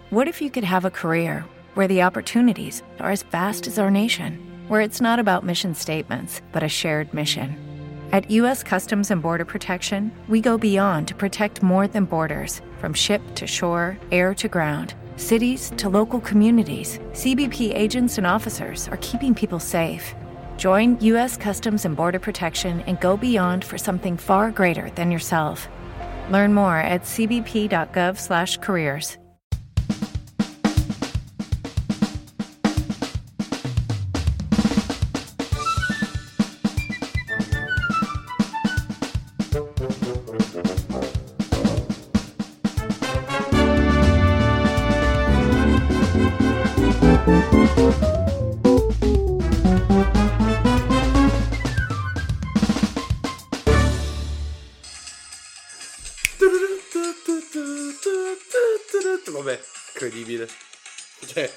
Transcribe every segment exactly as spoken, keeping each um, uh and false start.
What if you could have a career where the opportunities are as vast as our nation, where it's not about mission statements, but a shared mission? At U S Customs and Border Protection, we go beyond to protect more than borders. From ship to shore, air to ground, cities to local communities, C B P agents and officers are keeping people safe. Join U S Customs and Border Protection and go beyond for something far greater than yourself. Learn more at c b p dot gov slash careers. Vabbè, incredibile. Cioè.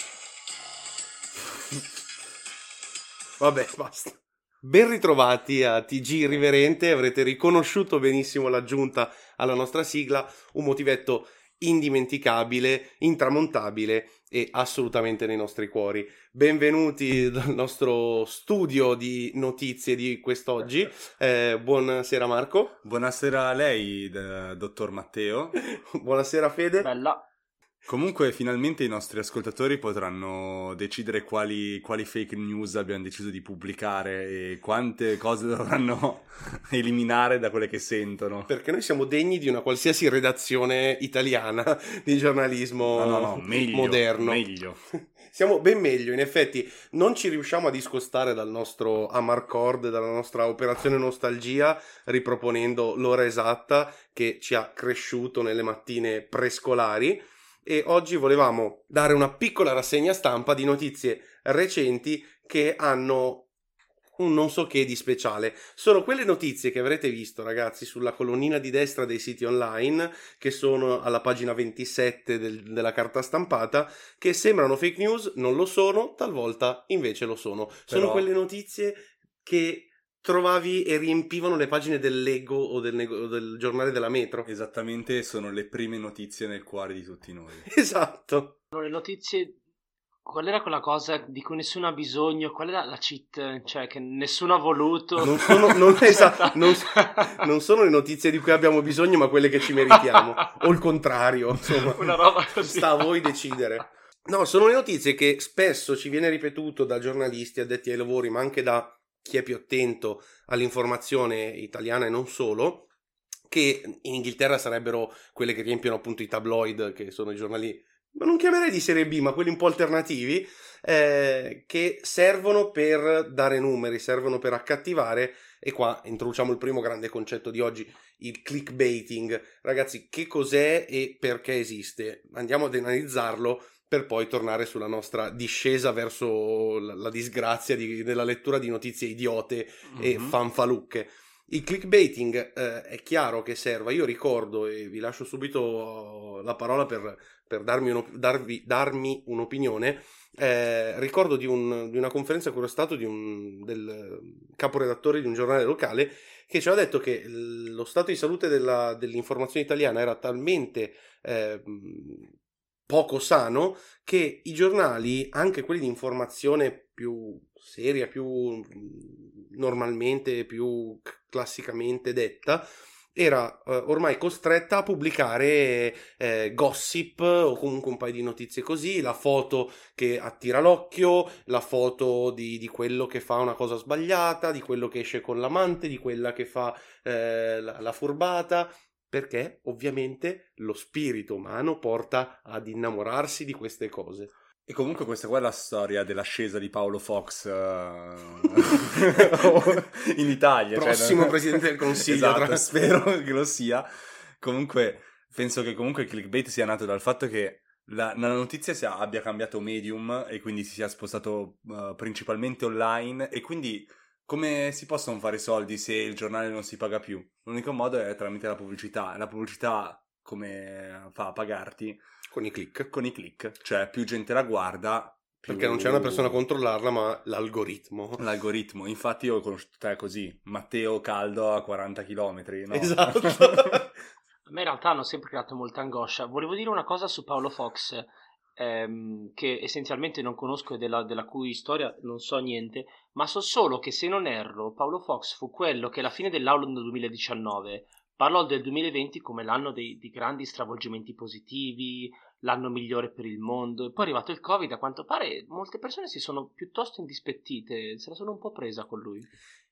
Vabbè, basta. Ben ritrovati a T G Irriverente. Avrete riconosciuto benissimo l'aggiunta alla nostra sigla, un motivetto indimenticabile, intramontabile e assolutamente nei nostri cuori. Benvenuti dal nostro studio di notizie di quest'oggi. Eh, buonasera Marco. Buonasera a lei, d- dottor Matteo. Buonasera Fede. Bella. Comunque finalmente i nostri ascoltatori potranno decidere quali, quali fake news abbiamo deciso di pubblicare e quante cose dovranno eliminare da quelle che sentono. Perché noi siamo degni di una qualsiasi redazione italiana di giornalismo no, no, no, meglio, moderno. Meglio. Siamo ben meglio, in effetti non ci riusciamo a discostare dal nostro Amarcord, dalla nostra operazione nostalgia, riproponendo l'ora esatta che ci ha cresciuto nelle mattine prescolari. E oggi volevamo dare una piccola rassegna stampa di notizie recenti che hanno un non so che di speciale. Sono quelle notizie che avrete visto, ragazzi, sulla colonnina di destra dei siti online, che sono alla pagina ventisette del, della carta stampata, che sembrano fake news, non lo sono, talvolta invece lo sono. Però... sono quelle notizie che trovavi e riempivano le pagine del Lego o del, nego- o del giornale della Metro. Esattamente, sono le prime notizie nel cuore di tutti noi. Esatto. Le notizie... Qual era quella cosa di cui nessuno ha bisogno? Qual era la cheat? Cioè, che nessuno ha voluto? Non sono, non, esatto, non, non sono le notizie di cui abbiamo bisogno, ma quelle che ci meritiamo. O il contrario, insomma. Una roba così. Sta a voi decidere. No, sono le notizie che spesso ci viene ripetuto da giornalisti addetti ai lavori, ma anche da chi è più attento all'informazione italiana e non solo, che in Inghilterra sarebbero quelle che riempiono appunto i tabloid, che sono i giornali, ma non chiamerei di serie B, ma quelli un po' alternativi, eh, che servono per dare numeri, servono per accattivare. E qua introduciamo il primo grande concetto di oggi, il clickbaiting. Ragazzi, che cos'è e perché esiste? Andiamo ad analizzarlo per poi tornare sulla nostra discesa verso la, la disgrazia di, della lettura di notizie idiote mm-hmm. e fanfalucche. Il clickbaiting eh, è chiaro che serva. Io ricordo, e vi lascio subito la parola per, per darmi, uno, darvi, darmi un'opinione, eh, ricordo di, un, di una conferenza che ero stato di un, del caporedattore di un giornale locale che ci ha detto che lo stato di salute della, dell'informazione italiana era talmente... Eh, poco sano che i giornali, anche quelli di informazione più seria, più normalmente, più classicamente detta, era eh, ormai costretta a pubblicare eh, gossip o comunque un paio di notizie così, la foto che attira l'occhio, la foto di, di quello che fa una cosa sbagliata, di quello che esce con l'amante, di quella che fa eh, la, la furbata. Perché ovviamente lo spirito umano porta ad innamorarsi di queste cose. E comunque questa qua è la storia dell'ascesa di Paolo Fox uh, in Italia. Prossimo cioè, presidente del Consiglio. Esatto, tra... spero che lo sia. Comunque penso che comunque il clickbait sia nato dal fatto che la, la notizia sia, abbia cambiato medium e quindi si sia spostato uh, principalmente online e quindi... Come si possono fare soldi se il giornale non si paga più? L'unico modo è tramite la pubblicità. La pubblicità come fa a pagarti? Con i click. Con i click. Cioè più gente la guarda... Più... Perché non c'è una persona a controllarla, ma l'algoritmo. L'algoritmo. Infatti io ho conosciuto te così. Matteo caldo a quaranta chilometri. No? Esatto. A me in realtà hanno sempre creato molta angoscia. Volevo dire una cosa su Paolo Fox, ehm, che essenzialmente non conosco e della, della cui storia non so niente, ma so solo che, se non erro, Paolo Fox fu quello che alla fine dell'Auckland duemiladiciannove parlò del duemilaventi come l'anno dei, di grandi stravolgimenti positivi, l'anno migliore per il mondo. E poi è arrivato il Covid, a quanto pare molte persone si sono piuttosto indispettite, se la sono un po' presa con lui.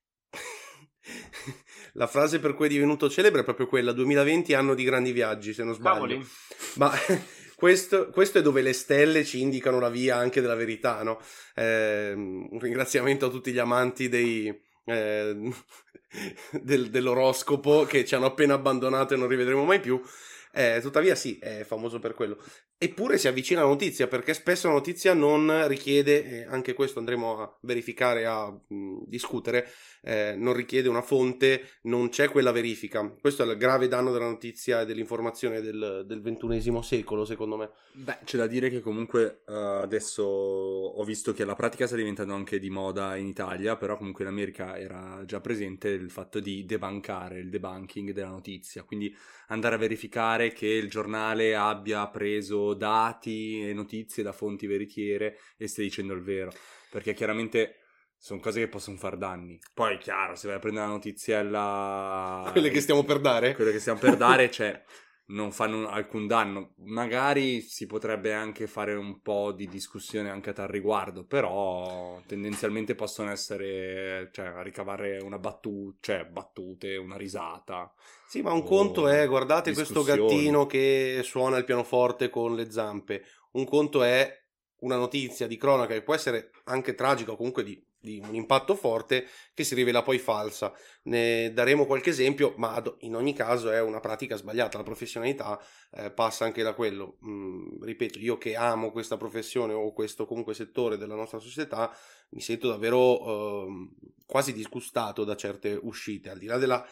La frase per cui è divenuto celebre è proprio quella: duemilaventi anno di grandi viaggi, se non sbaglio. Cavoli. Ma questo, questo è dove le stelle ci indicano la via anche della verità, no? Eh, un ringraziamento a tutti gli amanti dei, eh, del, dell'oroscopo che ci hanno appena abbandonato e non rivedremo mai più. Eh, tuttavia sì, è famoso per quello. Eppure si avvicina la notizia, perché spesso la notizia non richiede, e anche questo andremo a verificare, a mh, discutere, eh, non richiede una fonte, non c'è quella verifica. Questo è il grave danno della notizia e dell'informazione del, del ventunesimo secolo, secondo me. Beh, c'è da dire che comunque uh, adesso ho visto che la pratica sta diventando anche di moda in Italia, però comunque in America era già presente il fatto di debunkare, il debunking della notizia, quindi andare a verificare che il giornale abbia preso dati e notizie da fonti veritiere e stia dicendo il vero, perché chiaramente sono cose che possono far danni. Poi, chiaro, se vai a prendere la notiziella... Quelle che stiamo per dare? Quelle che stiamo per dare, cioè, non fanno alcun danno. Magari si potrebbe anche fare un po' di discussione anche a tal riguardo, però tendenzialmente possono essere, cioè, ricavare una battuta, cioè, battute, una risata. Sì, ma un conto è, guardate questo gattino che suona il pianoforte con le zampe. Un conto è una notizia di cronaca che può essere anche tragica o comunque di, di un impatto forte, che si rivela poi falsa. Ne daremo qualche esempio, ma in ogni caso è una pratica sbagliata. La professionalità eh, passa anche da quello. Mm, ripeto, io che amo questa professione o questo comunque settore della nostra società, mi sento davvero eh, quasi disgustato da certe uscite, al di là della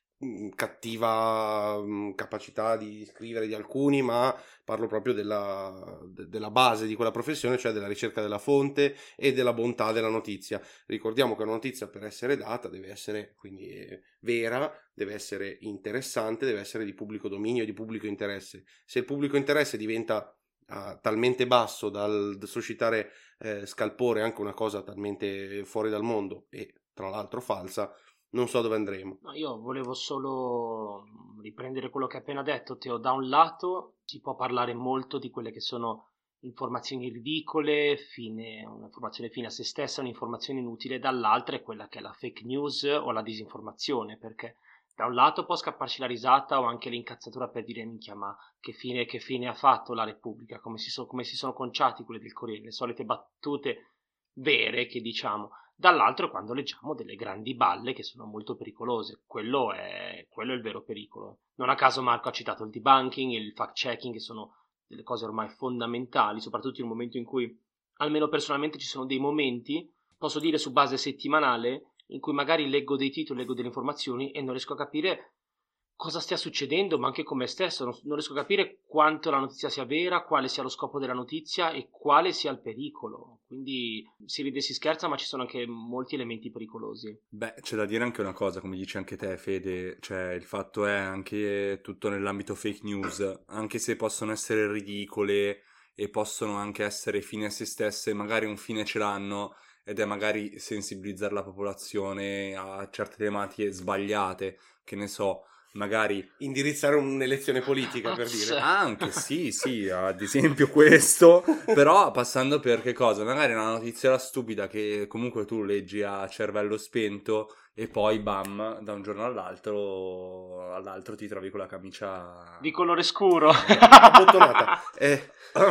cattiva mh, capacità di scrivere di alcuni, ma parlo proprio della, de, della base di quella professione, cioè della ricerca della fonte e della bontà della notizia. Ricordiamo che una notizia, per essere data, deve essere quindi eh, vera, deve essere interessante, deve essere di pubblico dominio e di pubblico interesse. Se il pubblico interesse diventa uh, talmente basso dal da suscitare eh, scalpore, anche una cosa talmente fuori dal mondo e tra l'altro falsa, non so dove andremo. No, io volevo solo riprendere quello che hai appena detto, Teo. Da un lato si può parlare molto di quelle che sono informazioni ridicole, fine, un'informazione fine a se stessa, un'informazione inutile, dall'altra è quella che è la fake news o la disinformazione, perché da un lato può scapparci la risata o anche l'incazzatura per dire minchia, ma che fine, che fine ha fatto la Repubblica, come si, so, come si sono conciati quelle del Corriere, le solite battute vere che diciamo. Dall'altro quando leggiamo delle grandi balle che sono molto pericolose, quello è, quello è il vero pericolo. Non a caso Marco ha citato il debunking, il fact checking, che sono delle cose ormai fondamentali, soprattutto in un momento in cui, almeno personalmente, ci sono dei momenti, posso dire su base settimanale, in cui magari leggo dei titoli, leggo delle informazioni e non riesco a capire cosa stia succedendo, ma anche con me stesso, non, non riesco a capire quanto la notizia sia vera, quale sia lo scopo della notizia e quale sia il pericolo. Quindi si ride e si scherza, ma ci sono anche molti elementi pericolosi. Beh, c'è da dire anche una cosa, come dici anche te, Fede, cioè il fatto è anche tutto nell'ambito fake news, anche se possono essere ridicole e possono anche essere fine a se stesse, magari un fine ce l'hanno, ed è magari sensibilizzare la popolazione a certe tematiche sbagliate, che ne so, magari indirizzare un'elezione politica, per dire. Anche sì, sì, ad esempio questo, però passando per che cosa? Magari una notizia stupida che comunque tu leggi a cervello spento e poi bam, da un giorno all'altro all'altro ti trovi con la camicia di colore scuro, abbottonata. Eh.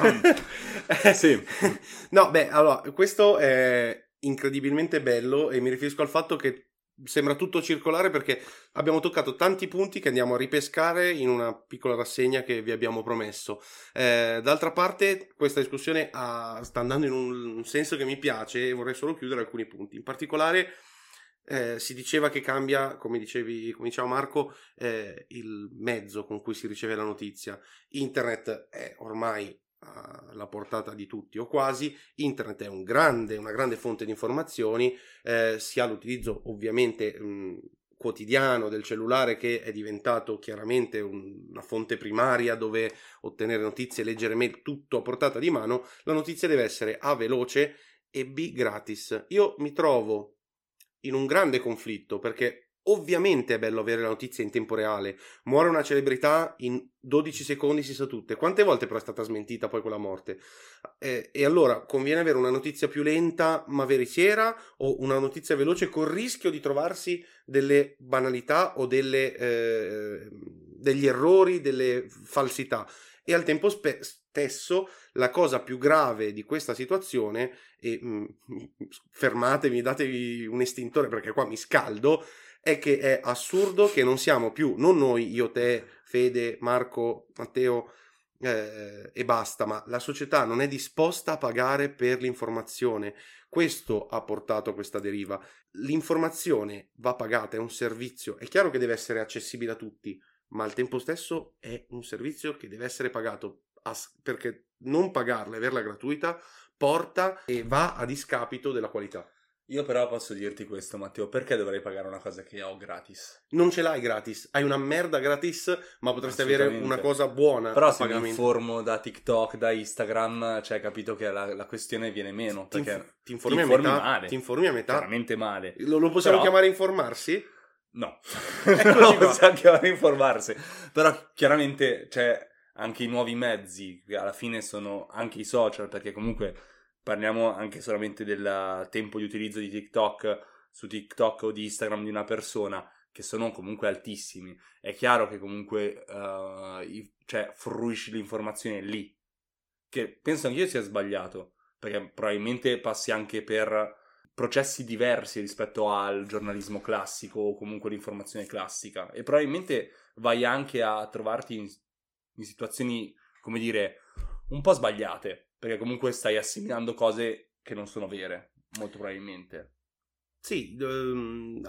Sì. No, beh, allora, questo è incredibilmente bello e mi riferisco al fatto che sembra tutto circolare, perché abbiamo toccato tanti punti che andiamo a ripescare in una piccola rassegna che vi abbiamo promesso. Eh, d'altra parte questa discussione ha, sta andando in un senso che mi piace e vorrei solo chiudere alcuni punti. In particolare eh, si diceva che cambia, come dicevi, come diceva Marco, eh, il mezzo con cui si riceve la notizia. Internet è ormai alla portata di tutti o quasi. Internet è un grande, una grande fonte di informazioni, eh, si ha l'utilizzo ovviamente mh, quotidiano, del cellulare, che è diventato chiaramente un, una fonte primaria dove ottenere notizie, leggere mail, tutto a portata di mano, la notizia deve essere A, veloce, e B, gratis. Io mi trovo in un grande conflitto, perché ovviamente è bello avere la notizia in tempo reale. Muore una celebrità, in dodici secondi si sa tutte. Quante volte però è stata smentita poi quella morte? Eh, e allora conviene avere una notizia più lenta ma veritiera, o una notizia veloce col rischio di trovarsi delle banalità o delle, eh, degli errori, delle falsità. E al tempo spe- stesso la cosa più grave di questa situazione, e mh, fermatevi, datevi un estintore perché qua mi scaldo, è che è assurdo che non siamo più, non noi, io, te, Fede, Marco, Matteo eh, e basta, ma la società non è disposta a pagare per l'informazione. Questo ha portato a questa deriva. L'informazione va pagata, è un servizio, è chiaro che deve essere accessibile a tutti, ma al tempo stesso è un servizio che deve essere pagato, perché non pagarla e averla gratuita porta e va a discapito della qualità. Io però posso dirti questo, Matteo, perché dovrei pagare una cosa che ho gratis? Non ce l'hai gratis, hai una merda gratis, ma potresti avere una cosa buona. Però se mi informo da TikTok, da Instagram, cioè capito che la, la questione viene meno, ti, perché inf- ti informi, ti a informi metà, male. Ti informi a metà. Veramente male. Lo, lo possiamo però... chiamare informarsi? No, non possiamo chiamare informarsi. Però chiaramente c'è anche i nuovi mezzi, che alla fine sono anche i social, perché comunque... Parliamo anche solamente del tempo di utilizzo di TikTok su TikTok o di Instagram di una persona, che sono comunque altissimi. È chiaro che comunque uh, i, cioè, fruisci l'informazione lì, che penso anch'io sia sbagliato, perché probabilmente passi anche per processi diversi rispetto al giornalismo classico o comunque l'informazione classica, e probabilmente vai anche a trovarti in, in situazioni, come dire, un po' sbagliate, perché comunque stai assimilando cose che non sono vere, molto probabilmente. Sì, um,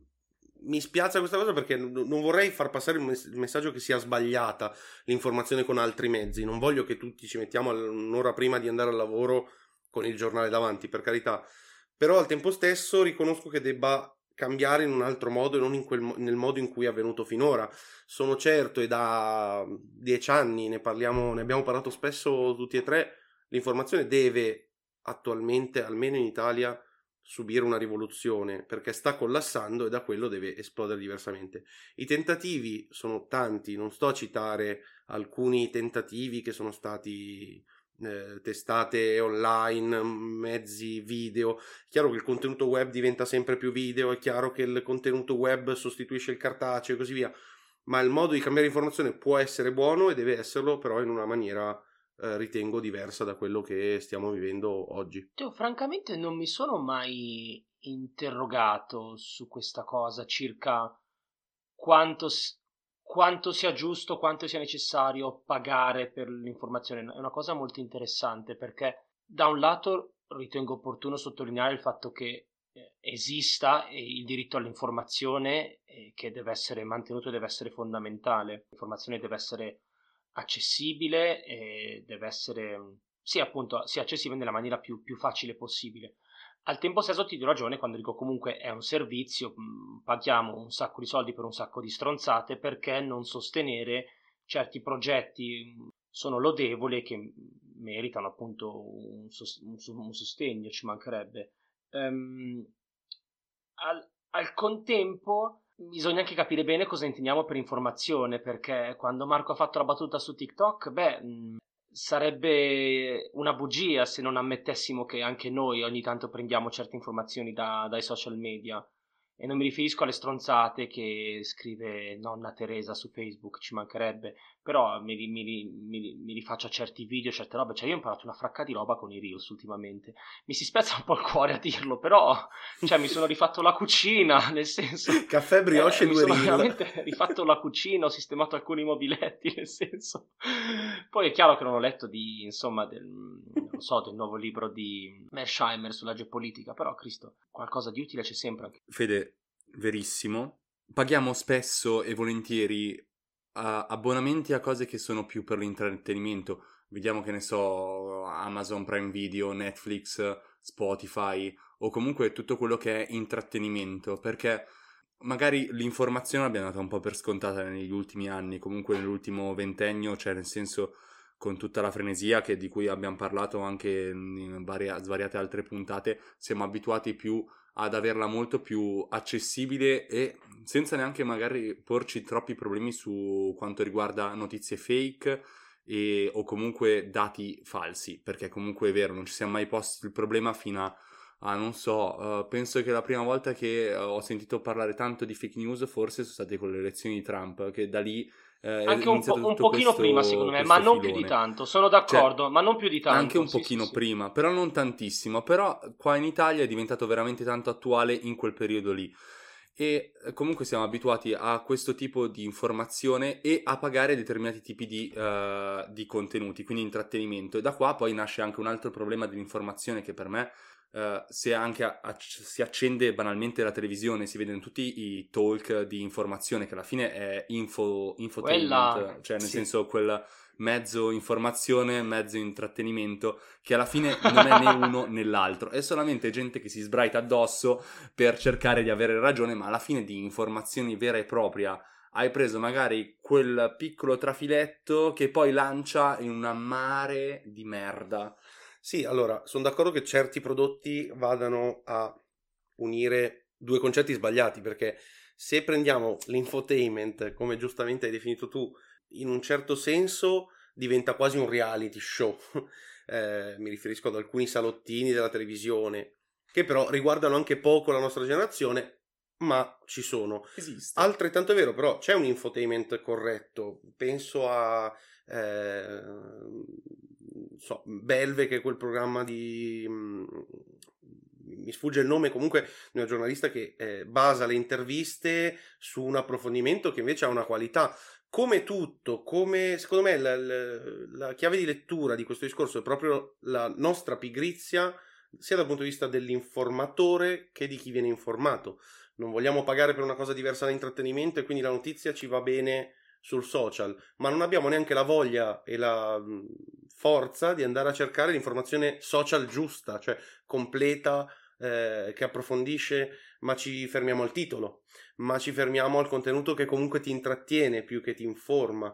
mi spiace questa cosa, perché non vorrei far passare il, mess- il messaggio che sia sbagliata l'informazione con altri mezzi. Non voglio che tutti ci mettiamo un'ora prima di andare al lavoro con il giornale davanti, per carità. Però al tempo stesso riconosco che debba cambiare in un altro modo e non in quel, nel modo in cui è avvenuto finora. Sono certo, e da dieci anni ne parliamo, ne abbiamo parlato spesso tutti e tre, l'informazione deve attualmente, almeno in Italia, subire una rivoluzione, perché sta collassando e da quello deve esplodere diversamente. I tentativi sono tanti, non sto a citare alcuni tentativi che sono stati eh, testate online, mezzi video. È chiaro che il contenuto web diventa sempre più video, è chiaro che il contenuto web sostituisce il cartaceo e così via, ma il modo di cambiare informazione può essere buono e deve esserlo, però in una maniera Eh, ritengo diversa da quello che stiamo vivendo oggi. Io francamente non mi sono mai interrogato su questa cosa, circa quanto, quanto sia giusto, quanto sia necessario pagare per l'informazione. È una cosa molto interessante, perché da un lato ritengo opportuno sottolineare il fatto che eh, esista il diritto all'informazione, eh, che deve essere mantenuto e deve essere fondamentale. L'informazione deve essere accessibile e deve essere sì, appunto, sì, accessibile nella maniera più, più facile possibile. Al tempo stesso ti do ragione quando dico comunque è un servizio, mh, paghiamo un sacco di soldi per un sacco di stronzate, perché non sostenere certi progetti mh, sono lodevoli e che meritano appunto un, un, un sostegno, ci mancherebbe. Um, al, al contempo bisogna anche capire bene cosa intendiamo per informazione, perché quando Marco ha fatto la battuta su TikTok, beh, mh, sarebbe una bugia se non ammettessimo che anche noi ogni tanto prendiamo certe informazioni da, dai social media. E non mi riferisco alle stronzate che scrive nonna Teresa su Facebook, ci mancherebbe, però mi, mi, mi, mi rifaccio a certi video, certe robe. Cioè io ho imparato una fracca di roba con i Reels ultimamente, mi si spezza un po' il cuore a dirlo, però cioè mi sono rifatto la cucina, nel senso caffè brioche eh, e mi due sono Reel. veramente rifatto la cucina, ho sistemato alcuni mobiletti, nel senso. Poi è chiaro che non ho letto di, insomma, del, non so, del nuovo libro di Mersheimer sulla geopolitica, però Cristo, qualcosa di utile c'è sempre anche. Fede, verissimo. Paghiamo spesso e volentieri uh, abbonamenti a cose che sono più per l'intrattenimento. Vediamo, che ne so, Amazon Prime Video, Netflix, Spotify, o comunque tutto quello che è intrattenimento, perché magari l'informazione l'abbiamo data un po' per scontata negli ultimi anni, comunque nell'ultimo ventennio, cioè nel senso con tutta la frenesia che, di cui abbiamo parlato anche in varia, svariate altre puntate, siamo abituati più ad averla molto più accessibile e senza neanche magari porci troppi problemi su quanto riguarda notizie fake e, o comunque dati falsi, perché comunque è vero, non ci siamo mai posti il problema fino a, a non so, uh, penso che la prima volta che uh, ho sentito parlare tanto di fake news forse sono state con le elezioni di Trump, che da lì eh, Anche è un, po', iniziato un tutto pochino questo, prima, secondo me, ma questo non più di filone. tanto. Sono d'accordo, Cioè, ma non più di tanto. anche un sì, pochino sì, sì. prima, però non tantissimo. Però qua in Italia è diventato veramente tanto attuale in quel periodo lì. E eh, comunque siamo abituati a questo tipo di informazione e a pagare determinati tipi di, uh, di contenuti, quindi intrattenimento. E da qua poi nasce anche un altro problema dell'informazione che per me, uh, se anche a- a- si accende banalmente la televisione, si vedono tutti i talk di informazione, che alla fine è info, infotainment, Quella, cioè nel sì. senso quel mezzo informazione, mezzo intrattenimento, che alla fine non è né uno né l'altro, è solamente gente che si sbraita addosso per cercare di avere ragione, ma alla fine di informazioni vera e propria hai preso magari quel piccolo trafiletto che poi lancia in una mare di merda. Sì, allora, sono d'accordo che certi prodotti vadano a unire due concetti sbagliati, perché se prendiamo l'infotainment, come giustamente hai definito tu, in un certo senso diventa quasi un reality show. Eh, mi riferisco ad alcuni salottini della televisione, che però riguardano anche poco la nostra generazione, ma ci sono. Esiste. Altrettanto è vero, però c'è un infotainment corretto. Penso a eh, so, Belve, che è quel programma di mh, mi sfugge il nome, comunque una giornalista che eh, basa le interviste su un approfondimento che invece ha una qualità. Come tutto, come secondo me la, la, la chiave di lettura di questo discorso è proprio la nostra pigrizia, sia dal punto di vista dell'informatore che di chi viene informato. Non vogliamo pagare per una cosa diversa da intrattenimento e quindi la notizia ci va bene sul social, ma non abbiamo neanche la voglia e la mh, forza di andare a cercare l'informazione social giusta, cioè completa, eh, che approfondisce, ma ci fermiamo al titolo, ma ci fermiamo al contenuto che comunque ti intrattiene più che ti informa.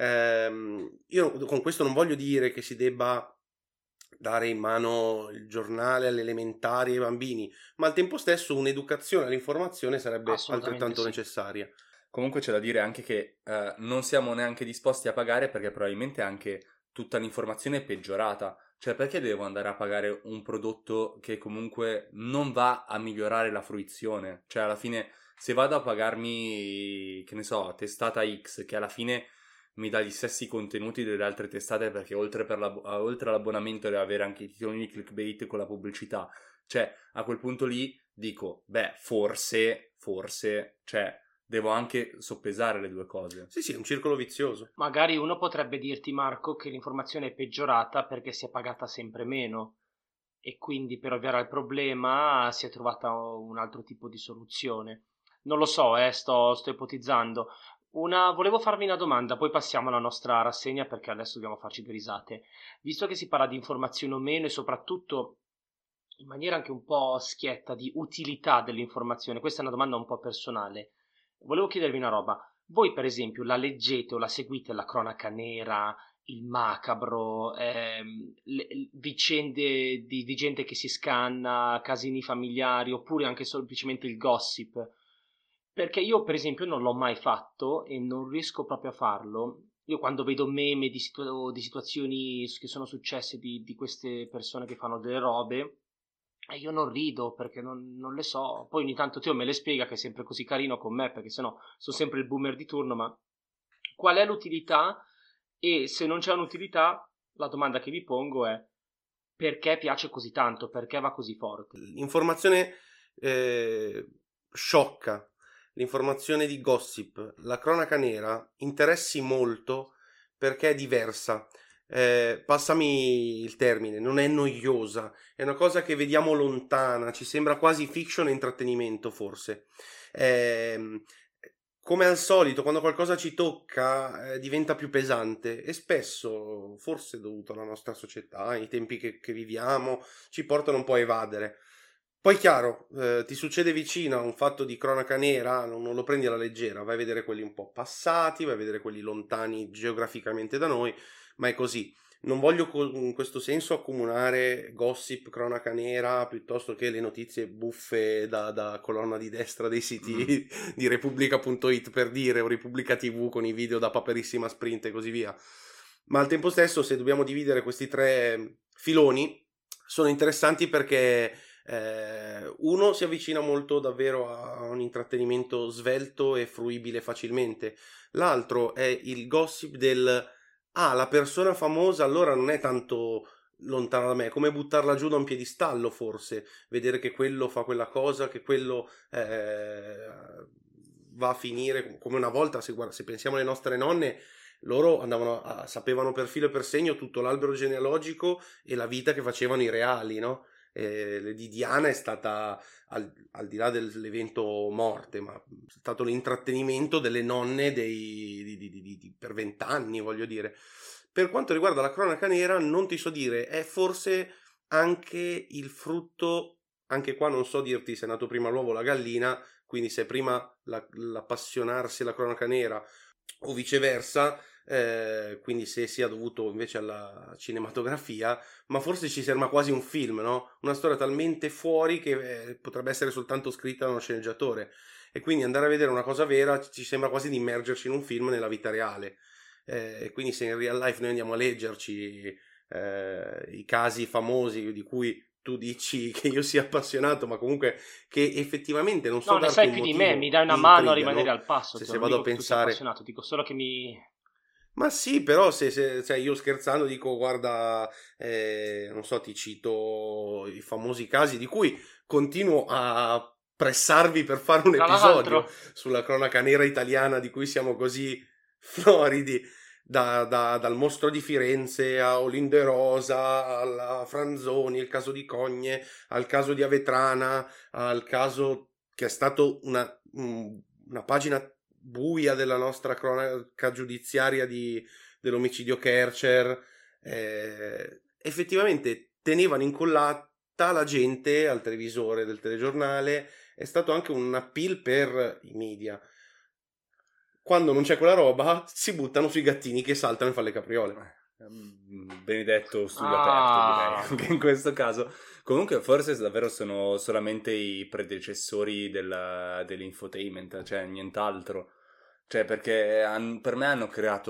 Eh, io con questo non voglio dire che si debba dare in mano il giornale alle elementari ai bambini, ma al tempo stesso un'educazione all'informazione sarebbe altrettanto sì. necessaria. Comunque c'è da dire anche che eh, non siamo neanche disposti a pagare perché probabilmente anche tutta l'informazione è peggiorata. Cioè, perché devo andare a pagare un prodotto che comunque non va a migliorare la fruizione? Cioè, alla fine, se vado a pagarmi, che ne so, testata X, che alla fine mi dà gli stessi contenuti delle altre testate, perché oltre, per l'ab- oltre all'abbonamento deve avere anche i titolini clickbait con la pubblicità. Cioè, a quel punto lì dico, beh, forse, forse, cioè, devo anche soppesare le due cose. Sì, sì, è un circolo vizioso. Magari uno potrebbe dirti, Marco, che l'informazione è peggiorata perché si è pagata sempre meno e quindi per ovviare al problema si è trovata un altro tipo di soluzione. Non lo so, eh, sto, sto ipotizzando. Una, volevo farvi una domanda, poi passiamo alla nostra rassegna perché adesso dobbiamo farci due risate. Visto che si parla di informazione o meno e soprattutto in maniera anche un po' schietta di utilità dell'informazione, questa è una domanda un po' personale. Volevo chiedervi una roba. Voi, per esempio, la leggete o la seguite la cronaca nera, il macabro, ehm, le, le vicende di, di gente che si scanna, casini familiari, oppure anche semplicemente il gossip? Perché io, per esempio, non l'ho mai fatto e non riesco proprio a farlo. Io quando vedo meme di, situ- di situazioni che sono successe di, di queste persone che fanno delle robe, e io non rido perché non, non le so. Poi ogni tanto Teo me le spiega, che è sempre così carino con me, perché sennò sono sempre il boomer di turno. Ma qual è l'utilità? E se non c'è un'utilità, la domanda che vi pongo è: perché piace così tanto? Perché va così forte? L'informazione eh, sciocca, l'informazione di gossip, la cronaca nera interessi molto perché è diversa. Eh, passami il termine, non è noiosa, è una cosa che vediamo lontana, ci sembra quasi fiction e intrattenimento forse. Eh, come al solito, quando qualcosa ci tocca, eh, diventa più pesante e spesso, forse dovuto alla nostra società, ai tempi che, che viviamo, ci portano un po' a evadere. Poi chiaro, eh, ti succede vicino un fatto di cronaca nera, non, non lo prendi alla leggera, vai a vedere quelli un po' passati, vai a vedere quelli lontani geograficamente da noi, ma è così. Non voglio co- in questo senso accomunare gossip, cronaca nera, piuttosto che le notizie buffe da, da colonna di destra dei siti mm. di Repubblica punto it, per dire, o Repubblica tivù con i video da Paperissima Sprint e così via. Ma al tempo stesso, se dobbiamo dividere questi tre filoni, sono interessanti perché eh, uno si avvicina molto davvero a un intrattenimento svelto e fruibile facilmente, l'altro è il gossip del ah, la persona famosa allora non è tanto lontana da me, come buttarla giù da un piedistallo forse, vedere che quello fa quella cosa, che quello eh, va a finire come una volta. Se, guarda, se pensiamo alle nostre nonne, loro andavano a, sapevano per filo e per segno tutto l'albero genealogico e la vita che facevano i reali, no? Eh, di Diana è stata, al, al di là dell'evento morte, ma è stato l'intrattenimento delle nonne dei, di, di, di, di, per vent'anni, voglio dire. Per quanto riguarda la cronaca nera, non ti so dire, è forse anche il frutto, anche qua non so dirti se è nato prima l'uovo o la gallina, quindi se è prima la, l'appassionarsi alla cronaca nera o viceversa, eh, quindi se sia dovuto invece alla cinematografia, ma forse ci sembra quasi un film, no? Una storia talmente fuori che eh, potrebbe essere soltanto scritta da uno sceneggiatore, e quindi andare a vedere una cosa vera ci sembra quasi di immergerci in un film nella vita reale. E eh, quindi se in real life noi andiamo a leggerci eh, i casi famosi di cui tu dici che io sia appassionato, ma comunque che effettivamente non so no, darti ne sai un più di motivo, me, mi dai una mi mano a intriga, rimanere no? al passo. Se, Se se non vado dico a che tu sei pensare, appassionato, dico solo che mi... ma sì, però se, se cioè io scherzando dico guarda, eh, non so, ti cito i famosi casi di cui continuo a pressarvi per fare un Tra episodio l'altro, sulla cronaca nera italiana di cui siamo così floridi, da, da, dal mostro di Firenze a Olindo Rosa, alla Franzoni, il caso di Cogne, al caso di Avetrana, al caso che è stato una, una pagina buia della nostra cronaca giudiziaria di, dell'omicidio Kercher. Eh, effettivamente tenevano incollata la gente al televisore del telegiornale. È stato anche un appeal per i media. Quando non c'è quella roba si buttano sui gattini che saltano e fanno le capriole. Benedetto studio ah. aperto, direi, anche in questo caso. Comunque forse davvero sono solamente i predecessori della, dell'infotainment, cioè nient'altro. Cioè perché han, per me hanno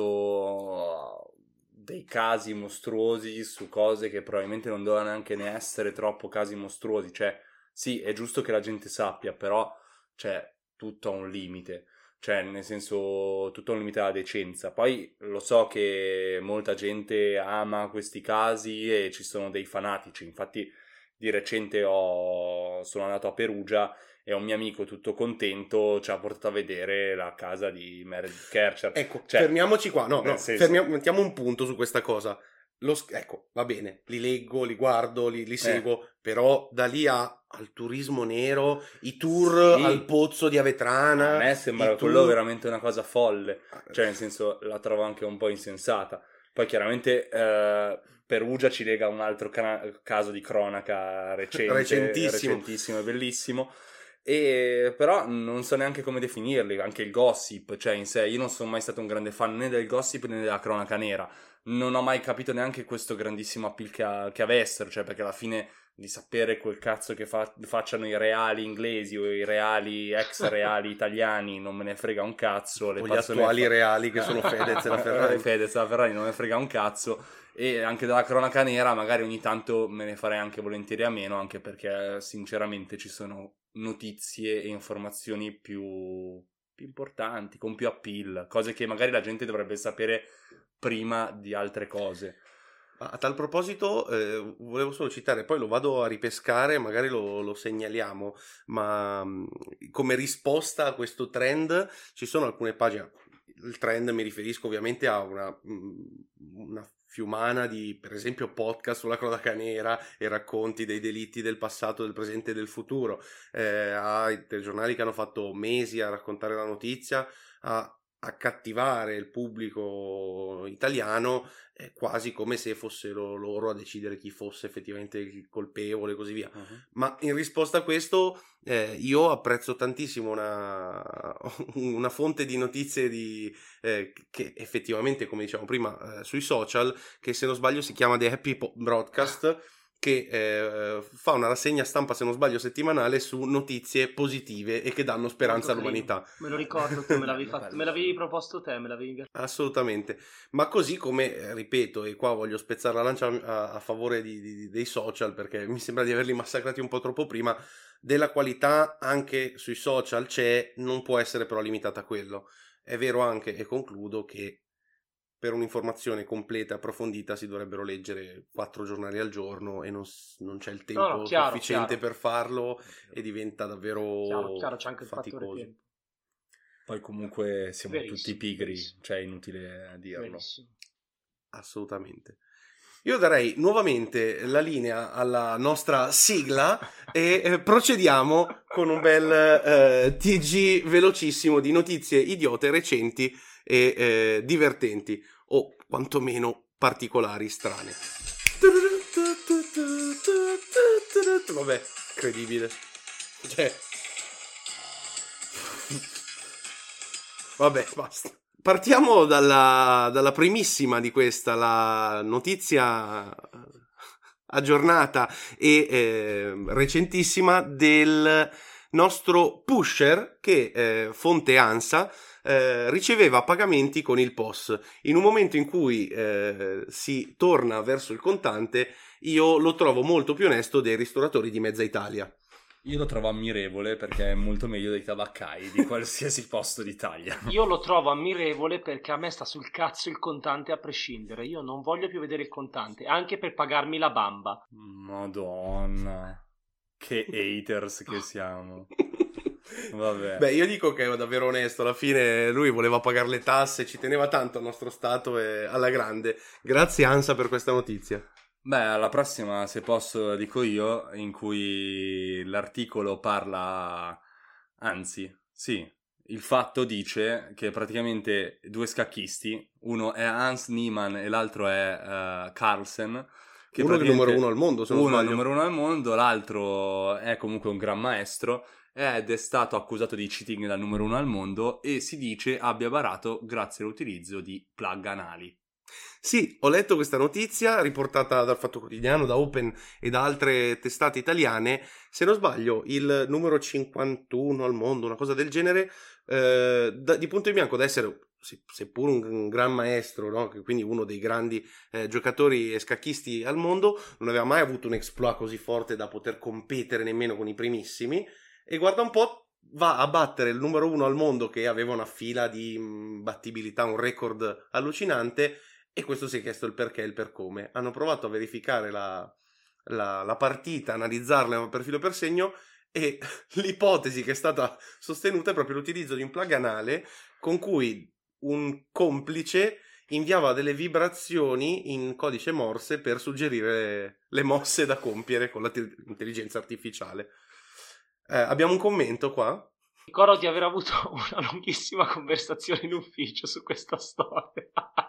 creato dei casi mostruosi su cose che probabilmente non dovevano neanche ne essere troppo casi mostruosi. Cioè sì, è giusto che la gente sappia, però c'è tutto a un limite. Cioè, nel senso, tutto un limite alla decenza. Poi lo so che molta gente ama questi casi e ci sono dei fanatici. Infatti, di recente ho... sono andato a Perugia e un mio amico tutto contento ci ha portato a vedere la casa di Meredith Kercher. Ecco, cioè, fermiamoci qua. No, no, senso... fermiamo, mettiamo un punto su questa cosa. Lo, ecco, va bene, li leggo, li guardo, li, li seguo, eh. però da lì a, al turismo nero, i tour sì. al pozzo di Avetrana. A me sembra quello tour... veramente una cosa folle, cioè nel senso la trovo anche un po' insensata. Poi chiaramente eh, Perugia ci lega un altro cana- caso di cronaca recente, recentissimo. recentissimo e bellissimo. E però non so neanche come definirli, anche il gossip, cioè in sé io non sono mai stato un grande fan né del gossip né della cronaca nera, non ho mai capito neanche questo grandissimo appeal che, ha, che avessero, cioè perché alla fine di sapere quel cazzo che fa, facciano i reali inglesi o i reali ex reali italiani non me ne frega un cazzo, le o gli attuali fa... reali che sono Fedez e la Ferrari. Fedez e la Ferrari non me ne frega un cazzo. E anche della cronaca nera magari ogni tanto me ne farei anche volentieri a meno, anche perché sinceramente ci sono notizie e informazioni più, più importanti, con più appeal, cose che magari la gente dovrebbe sapere prima di altre cose. A tal proposito eh, volevo solo citare, poi lo vado a ripescare, magari lo, lo segnaliamo, ma come risposta a questo trend ci sono alcune pagine. Il trend mi riferisco ovviamente a una, una fiumana di, per esempio, podcast sulla cronaca nera e racconti dei delitti del passato, del presente e del futuro, eh, ai telegiornali che hanno fatto mesi a raccontare la notizia, a accattivare il pubblico italiano, eh, quasi come se fossero loro a decidere chi fosse effettivamente il colpevole e così via. Uh-huh. Ma in risposta a questo eh, io apprezzo tantissimo una, una fonte di notizie di, eh, che effettivamente, come dicevamo prima, eh, sui social, che se non sbaglio si chiama The Happy Broadcast, che eh, fa una rassegna stampa, se non sbaglio, settimanale su notizie positive e che danno speranza all'umanità. Me lo ricordo, tu me l'avevi, fatto, me l'avevi proposto te, me l'avevi... Assolutamente, ma così come, ripeto, e qua voglio spezzare la lancia a, a favore di, di, dei social, perché mi sembra di averli massacrati un po' troppo prima, della qualità anche sui social c'è, non può essere però limitata a quello. È vero anche, e concludo, che per un'informazione completa e approfondita si dovrebbero leggere quattro giornali al giorno e non, non c'è il tempo no, no, chiaro, sufficiente chiaro. per farlo e diventa davvero chiaro, chiaro, c'è anche il faticoso. fattore tempo. Poi comunque siamo Verissimo, tutti pigri, verissimo. cioè è inutile dirlo. Verissimo. Assolutamente. Io darei nuovamente la linea alla nostra sigla e eh, procediamo con un bel eh, T G velocissimo di notizie idiote, recenti e eh, divertenti, o quantomeno particolari, strane. Vabbè, incredibile. Cioè... Vabbè, basta. Partiamo dalla, dalla primissima di questa, la notizia aggiornata e eh, recentissima del nostro pusher che, eh, fonte ANSA, eh, riceveva pagamenti con il P O S. In un momento in cui eh, si torna verso il contante, io lo trovo molto più onesto dei ristoratori di mezza Italia. Io lo trovo ammirevole perché è molto meglio dei tabaccai di qualsiasi posto d'Italia. Io lo trovo ammirevole perché a me sta sul cazzo il contante a prescindere. Io non voglio più vedere il contante, anche per pagarmi la bamba. Madonna, che haters che siamo. Vabbè. Beh, io dico che è davvero onesto. Alla fine lui voleva pagare le tasse, ci teneva tanto al nostro stato e alla grande. Grazie ANSA per questa notizia. Beh, alla prossima, se posso, dico io, in cui l'articolo parla, anzi, sì, il fatto dice che praticamente due scacchisti, uno è Hans Niemann e l'altro è uh, Carlsen, che uno è il numero uno al mondo, se non uno sbaglio. è il numero uno al mondo, l'altro è comunque un gran maestro ed è stato accusato di cheating dal numero uno al mondo e si dice abbia barato grazie all'utilizzo di plug anali. Sì, ho letto questa notizia riportata dal Fatto Quotidiano, da Open e da altre testate italiane. Se non sbaglio, il numero cinquantuno al mondo, una cosa del genere, eh, da, di punto in bianco da essere, se, seppur un, un gran maestro, no? Quindi uno dei grandi eh, giocatori e scacchisti al mondo, non aveva mai avuto un exploit così forte da poter competere nemmeno con i primissimi. E guarda un po', va a battere il numero uno al mondo che aveva una fila di mh, battibilità, un record allucinante. E questo si è chiesto il perché e il per come. Hanno provato a verificare la, la, la partita, analizzarla per filo per segno e l'ipotesi che è stata sostenuta è proprio l'utilizzo di un plug anale con cui un complice inviava delle vibrazioni in codice Morse per suggerire le mosse da compiere con l'intelligenza artificiale. Eh, abbiamo un commento qua? Ricordo di aver avuto una lunghissima conversazione in ufficio su questa storia.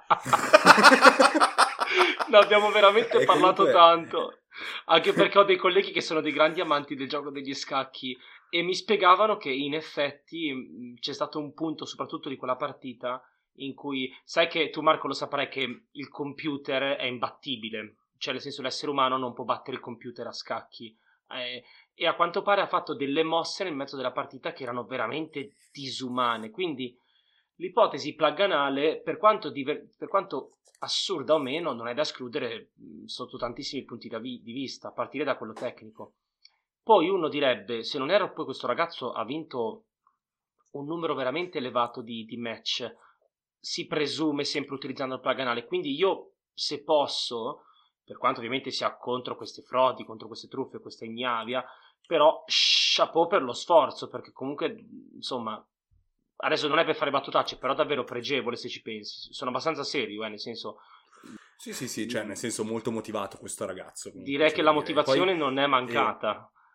Ne abbiamo veramente e parlato comunque... tanto. Anche perché ho dei colleghi che sono dei grandi amanti del gioco degli scacchi e mi spiegavano che in effetti mh, c'è stato un punto, soprattutto di quella partita, in cui sai che tu, Marco, lo saprai che il computer è imbattibile, cioè nel senso l'essere umano non può battere il computer a scacchi. Eh, e a quanto pare ha fatto delle mosse nel mezzo della partita che erano veramente disumane, quindi l'ipotesi plug anale, per quanto, diver- per quanto assurda o meno, non è da escludere mh, sotto tantissimi punti da vi- di vista, a partire da quello tecnico. Poi uno direbbe, se non era poi questo ragazzo ha vinto un numero veramente elevato di, di match, si presume sempre utilizzando il plug anale, quindi io, se posso, per quanto ovviamente sia contro queste frodi, contro queste truffe, questa ignavia, però chapeau per lo sforzo, perché comunque, insomma, adesso non è per fare battutacce, però davvero pregevole se ci pensi. Sono abbastanza serio, eh, nel senso... Sì, sì, sì, cioè nel senso molto motivato questo ragazzo. Direi che la motivazione Poi, non è mancata.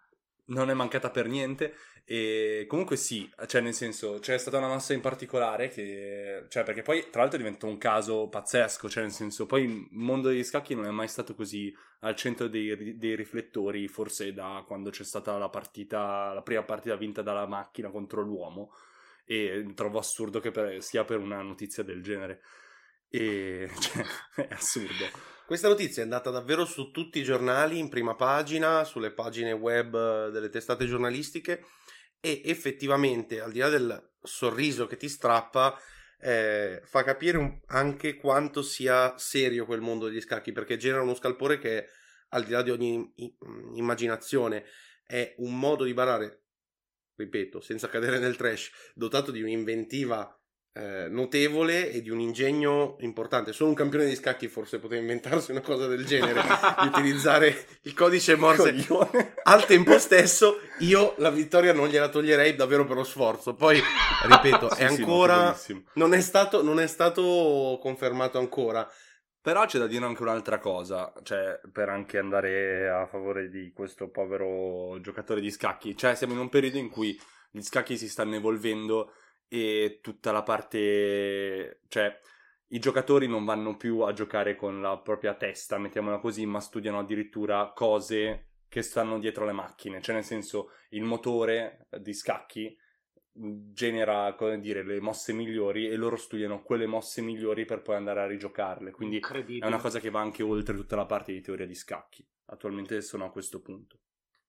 non è mancata per niente. E comunque sì, cioè nel senso c'è stata una mossa in particolare che, cioè perché poi tra l'altro diventa un caso pazzesco, cioè nel senso poi il mondo degli scacchi non è mai stato così al centro dei, dei riflettori, forse da quando c'è stata la partita, la prima partita vinta dalla macchina contro l'uomo, e trovo assurdo che per, sia per una notizia del genere, e cioè è assurdo. Questa notizia è andata davvero su tutti i giornali, in prima pagina, sulle pagine web delle testate giornalistiche, e effettivamente, al di là del sorriso che ti strappa, eh, fa capire un, anche quanto sia serio quel mondo degli scacchi, perché genera uno scalpore che, al di là di ogni immaginazione, è un modo di barare, ripeto, senza cadere nel trash, dotato di un'inventiva Eh, notevole e di un ingegno importante. Solo un campione di scacchi forse poteva inventarsi una cosa del genere, di utilizzare il codice Morse. Al tempo stesso io la vittoria non gliela toglierei davvero per lo sforzo. Poi ripeto, sì, è sì, ancora non è stato non è stato confermato ancora. Però c'è da dire anche un'altra cosa, cioè per anche andare a favore di questo povero giocatore di scacchi. Cioè siamo in un periodo in cui gli scacchi si stanno evolvendo e tutta la parte, cioè i giocatori non vanno più a giocare con la propria testa, mettiamola così, ma studiano addirittura cose che stanno dietro le macchine, cioè nel senso il motore di scacchi genera, come dire, le mosse migliori e loro studiano quelle mosse migliori per poi andare a rigiocarle, quindi è una cosa che va anche oltre tutta la parte di teoria di scacchi. Attualmente sono a questo punto.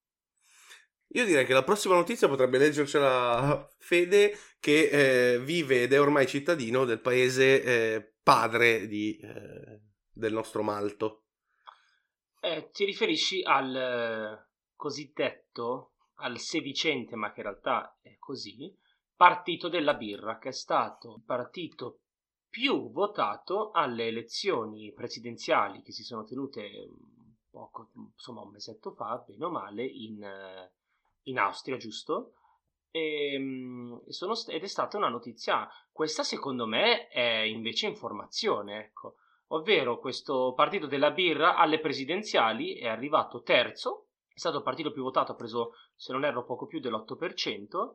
Io direi che la prossima notizia potrebbe leggercela Fede, che eh, vive ed è ormai cittadino del paese eh, padre di, eh, del nostro Malto. Eh, ti riferisci al eh, cosiddetto, al sedicente, ma che in realtà è così, partito della birra, che è stato il partito più votato alle elezioni presidenziali che si sono tenute poco, insomma un mesetto fa, bene o male, in... Eh, in Austria, giusto? E, sono, ed è stata una notizia, questa secondo me è invece informazione, ecco, ovvero questo partito della birra alle presidenziali è arrivato terzo, è stato il partito più votato, ha preso, se non erro, poco più dell'otto per cento,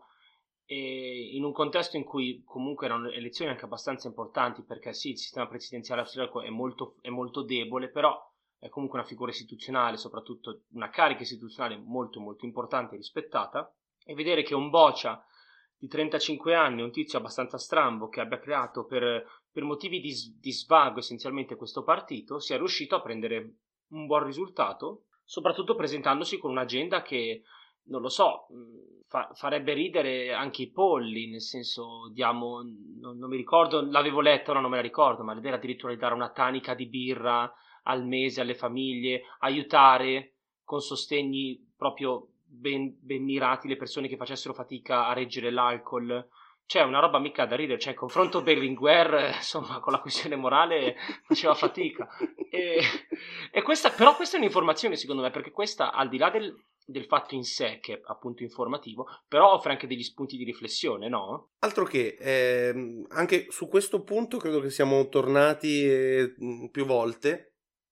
e in un contesto in cui comunque erano elezioni anche abbastanza importanti, perché sì, il sistema presidenziale austriaco è molto, è molto debole, però è comunque una figura istituzionale, soprattutto una carica istituzionale molto molto importante e rispettata, e vedere che un boccia di trentacinque anni, un tizio abbastanza strambo che abbia creato per, per motivi di, di svago essenzialmente questo partito, sia riuscito a prendere un buon risultato, soprattutto presentandosi con un'agenda che, non lo so, fa, farebbe ridere anche i polli, nel senso, diamo, non, non mi ricordo, l'avevo letta, ora non me la ricordo, ma l'idea era addirittura di dare una tanica di birra al mese alle famiglie, aiutare con sostegni proprio ben, ben mirati le persone che facessero fatica a reggere l'alcol. Cioè una roba mica da ridere, cioè il confronto Berlinguer, insomma, con la questione morale faceva fatica. E, e questa, però questa è un'informazione secondo me, perché questa, al di là del, del fatto in sé, che è appunto informativo, però offre anche degli spunti di riflessione, no? Altro che, eh, anche su questo punto credo che siamo tornati eh, più volte.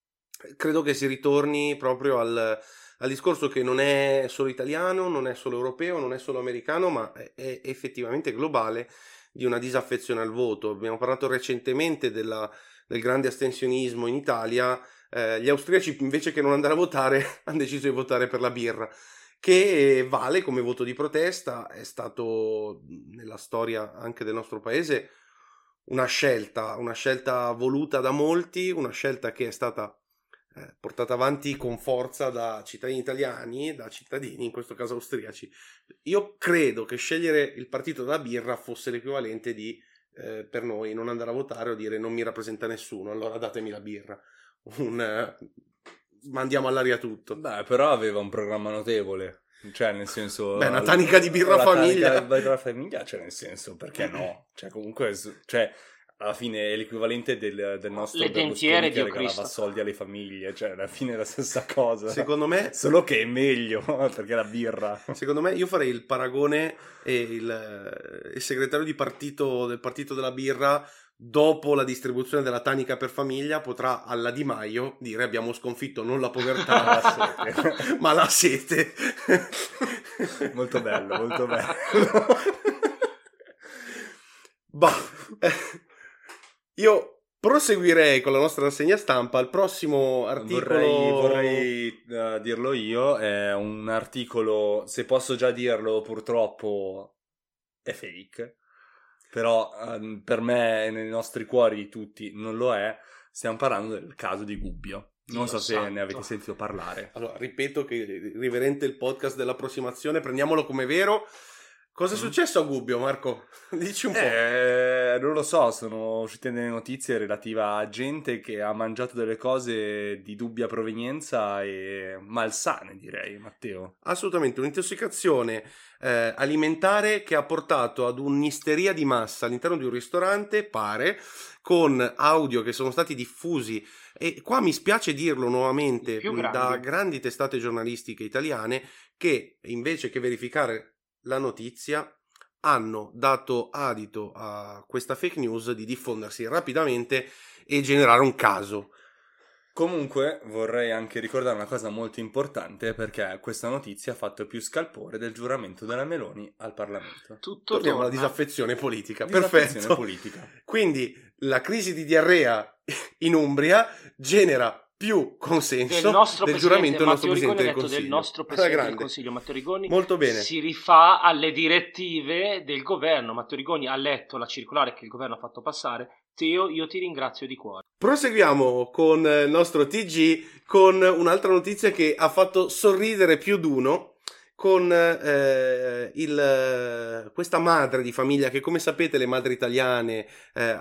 Credo che si ritorni proprio al, al discorso che non è solo italiano, non è solo europeo, non è solo americano, ma è, è effettivamente globale, di una disaffezione al voto. Abbiamo parlato recentemente della, del grande astensionismo in Italia. Eh, gli austriaci, invece che non andare a votare, hanno deciso di votare per la birra, che vale come voto di protesta. È stato, nella storia anche del nostro paese, una scelta, una scelta voluta da molti, una scelta che è stata Eh, portata avanti con forza da cittadini italiani, da cittadini in questo caso austriaci. Io credo che scegliere il partito della birra fosse l'equivalente di eh, per noi non andare a votare o dire non mi rappresenta nessuno, allora datemi la birra, un eh, mandiamo all'aria tutto. Beh, però aveva un programma notevole, cioè nel senso, beh, una tanica di birra la famiglia, tanica di birra famiglia, cioè nel senso, perché no? Cioè comunque, cioè alla fine è l'equivalente del, del nostro le dentiere che di regalava Cristo. soldi alle famiglie, cioè alla fine è la stessa cosa. Secondo me, solo che è meglio, perché la birra. Secondo me io farei il paragone e il, il segretario di partito del partito della birra, dopo la distribuzione della tanica per famiglia, potrà alla Di Maio dire abbiamo sconfitto non la povertà la sete. ma la sete. Molto bello, molto bello. Bah, eh, io proseguirei con la nostra rassegna stampa. Il prossimo articolo Vorrei, vorrei uh, dirlo io, è un articolo, se posso già dirlo, purtroppo è fake, però uh, per me e nei nostri cuori tutti non lo è. Stiamo parlando del caso di Gubbio. Non Dio so se santo. ne avete sentito parlare. Allora, ripeto che riverente il podcast dell'approssimazione, prendiamolo come vero. Cosa è Mm. successo a Gubbio, Marco? Dici un po'. Eh, non lo so, sono uscite delle notizie relative a gente che ha mangiato delle cose di dubbia provenienza e malsane, direi, Matteo. Assolutamente, un'intossicazione eh, alimentare che ha portato ad un'isteria di massa all'interno di un ristorante, pare, con audio che sono stati diffusi, e qua mi spiace dirlo nuovamente, I più mh, grandi. da grandi testate giornalistiche italiane, che invece che verificare la notizia hanno dato adito a questa fake news di diffondersi rapidamente e generare un caso. Comunque vorrei anche ricordare una cosa molto importante, perché questa notizia ha fatto più scalpore del giuramento della Meloni al Parlamento. Tutto Torniamo alla torna. disaffezione politica. Disaffezione Perfetto. politica. Quindi la crisi di diarrea in Umbria genera più consenso del nostro del presidente giuramento del nostro Matteo Rigoni, presidente ha del detto del Consiglio. nostro Alla presidente del grande. Consiglio Matteo Rigoni, Molto bene. si rifà alle direttive del governo. Matteo Rigoni ha letto la circolare che il governo ha fatto passare. Teo, io ti ringrazio di cuore. Proseguiamo con il nostro T G con un'altra notizia che ha fatto sorridere più d'uno, con eh, il, questa madre di famiglia che, come sapete, le madri italiane eh,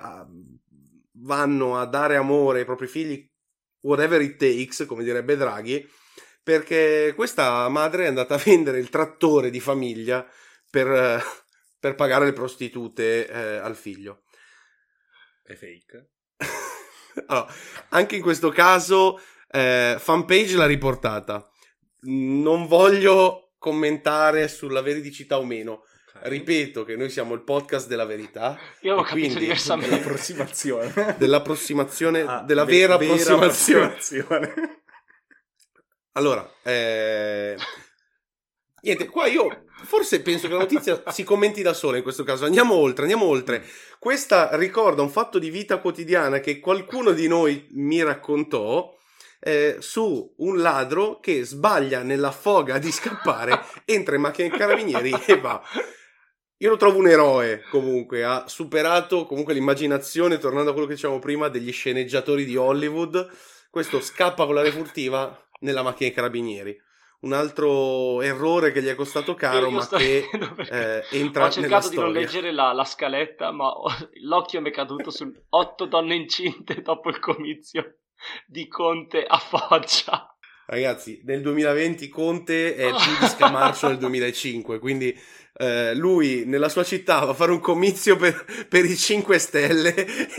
vanno a dare amore ai propri figli whatever it takes, come direbbe Draghi, perché questa madre è andata a vendere il trattore di famiglia per, per pagare le prostitute eh, al figlio. È fake? Allora, anche in questo caso eh, Fanpage l'ha riportata. Non voglio commentare sulla veridicità o meno. Okay. Ripeto che noi siamo il podcast della verità. Io avevo e capito quindi diversamente. Dell'approssimazione. Dell'approssimazione, Ah, della ve- vera, vera approssimazione. approssimazione. Allora, eh... niente, qua io forse penso che la notizia si commenti da sola in questo caso. Andiamo oltre, andiamo oltre. Questa ricorda un fatto di vita quotidiana che qualcuno di noi mi raccontò eh, su un ladro che sbaglia nella foga di scappare, entra in macchina dei carabinieri e va. Io lo trovo un eroe, comunque, ha superato comunque l'immaginazione, tornando a quello che dicevamo prima, degli sceneggiatori di Hollywood. Questo scappa con l'aria furtiva nella macchina dei carabinieri. Un altro errore che gli è costato caro, Io- io ma sto che ridendo perché eh, entra ho nella cercato di non storia. leggere la, la scaletta, ma ho- l'occhio mi è caduto su otto donne incinte dopo il comizio di Conte a Foggia. Ragazzi, nel duemilaventi Conte è più di Scamarcio nel duemilacinque, quindi eh, lui nella sua città va a fare un comizio per, per i cinque Stelle.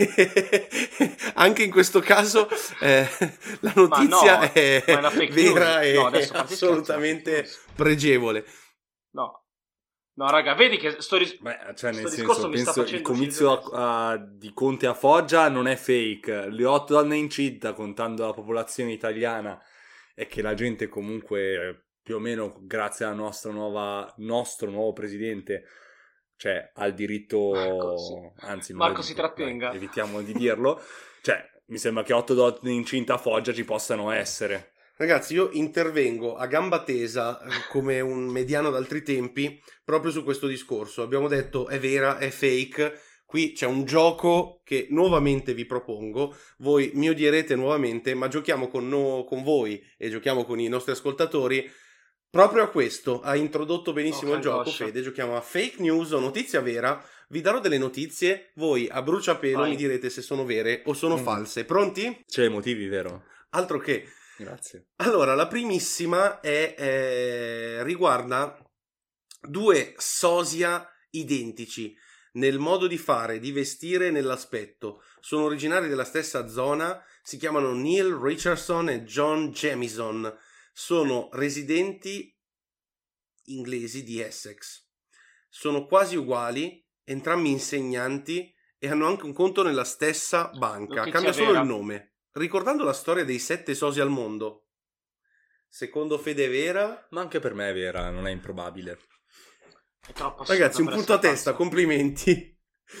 Anche in questo caso eh, la notizia no, è, ma è una fake vera news. e No, adesso, a parte scherzi, assolutamente è una fake news. pregevole. No, no, raga, vedi che sto ris- Beh, cioè nel Sto senso, discorso mi sta penso il facendo comizio uscire a- a- di Conte a Foggia non è fake. Le otto donne incinta, contando la popolazione italiana, è che la gente comunque, eh, più o meno grazie alla nostra nuova, nostro nuovo presidente, cioè al diritto, Marco, sì. anzi non Marco lo si dico, trattenga. dai, evitiamo di dirlo, cioè mi sembra che otto donne incinta a Foggia ci possano essere. Ragazzi, io intervengo a gamba tesa eh, come un mediano d'altri tempi proprio su questo discorso. Abbiamo detto è vera, è fake. Qui c'è un gioco che nuovamente vi propongo. Voi mi odierete nuovamente, ma giochiamo con, no- con voi e giochiamo con i nostri ascoltatori proprio a questo. Ha introdotto benissimo Oh, il gioco, angoscia. Fede. Giochiamo a fake news o notizia vera. Vi darò delle notizie, voi a bruciapelo Vai. mi direte se sono vere o sono Mm. false. Pronti? C'è i motivi, vero? Altro che... Grazie. Allora, la primissima è, eh, riguarda due sosia identici nel modo di fare, di vestire, nell'aspetto. Sono originari della stessa zona, si chiamano Neil Richardson e John Jamieson. Sono residenti inglesi di Essex. Sono quasi uguali, entrambi insegnanti e hanno anche un conto nella stessa banca. Notizia Cambia solo vera. il nome. Ricordando la storia dei sette sosi al mondo, secondo Fede è vera. Ma anche per me è vera, non è improbabile. È troppo Ragazzi, un per punto a essere testa, falso. complimenti.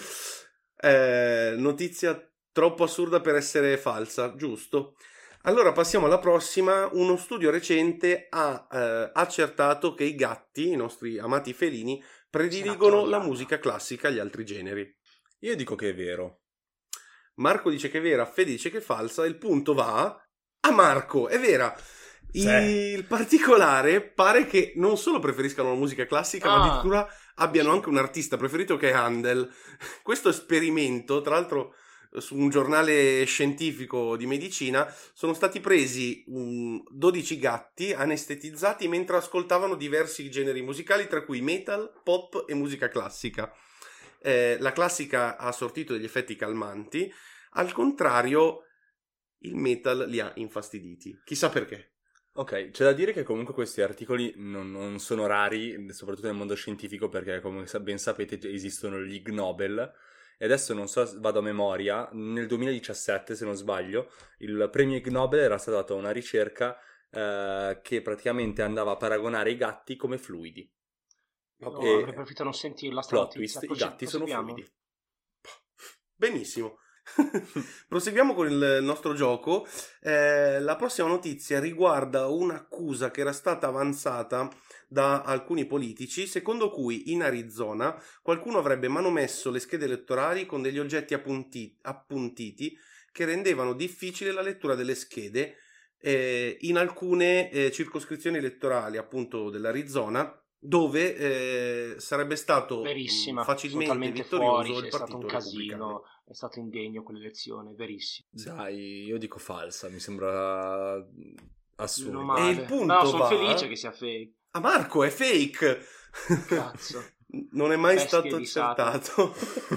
Eh, notizia troppo assurda per essere falsa, giusto? Allora passiamo alla prossima. Uno studio recente ha eh, accertato che i gatti, i nostri amati felini, prediligono la troiana. musica classica agli altri generi. Io dico che è vero. Marco dice che è vera, Fede dice che è falsa. Il punto va a Marco, è vera. Sì. Il particolare pare che non solo preferiscano la musica classica, ma Ah. addirittura abbiano anche un artista preferito che è Handel. Questo esperimento, tra l'altro su un giornale scientifico di medicina, sono stati presi um, dodici gatti anestetizzati mentre ascoltavano diversi generi musicali, tra cui metal, pop e musica classica. Eh, la classica ha sortito degli effetti calmanti, al contrario il metal li ha infastiditi. Chissà perché. Ok, c'è da dire che comunque questi articoli non, non sono rari, soprattutto nel mondo scientifico, perché come ben sapete esistono gli Ig Nobel, e adesso non so, vado a memoria, nel duemiladiciassette se non sbaglio, il premio Ig Nobel era stato dato a una ricerca eh, che praticamente andava a paragonare i gatti come fluidi. No, E- avrei preferito non sentirla sta Plot notizia. twist, i Prose- gatti sono proseguiamo. fluidi. Benissimo. Proseguiamo con il nostro gioco. Eh, la prossima notizia riguarda un'accusa che era stata avanzata da alcuni politici, secondo cui in Arizona qualcuno avrebbe manomesso le schede elettorali con degli oggetti appunti- appuntiti che rendevano difficile la lettura delle schede eh, in alcune eh, circoscrizioni elettorali, appunto dell'Arizona, dove eh, sarebbe stato Verissima, mh, facilmente totalmente vittorioso fuori, il c'è stato partito un repubblicano. casino, è stato indegno quell'elezione, verissimo. Dai, io dico falsa, mi sembra assurdo. Meno male. E il punto No, sono va- felice che sia fake. Ah, Marco, è fake! Cazzo. Non è mai Bestie stato di Satana. accertato.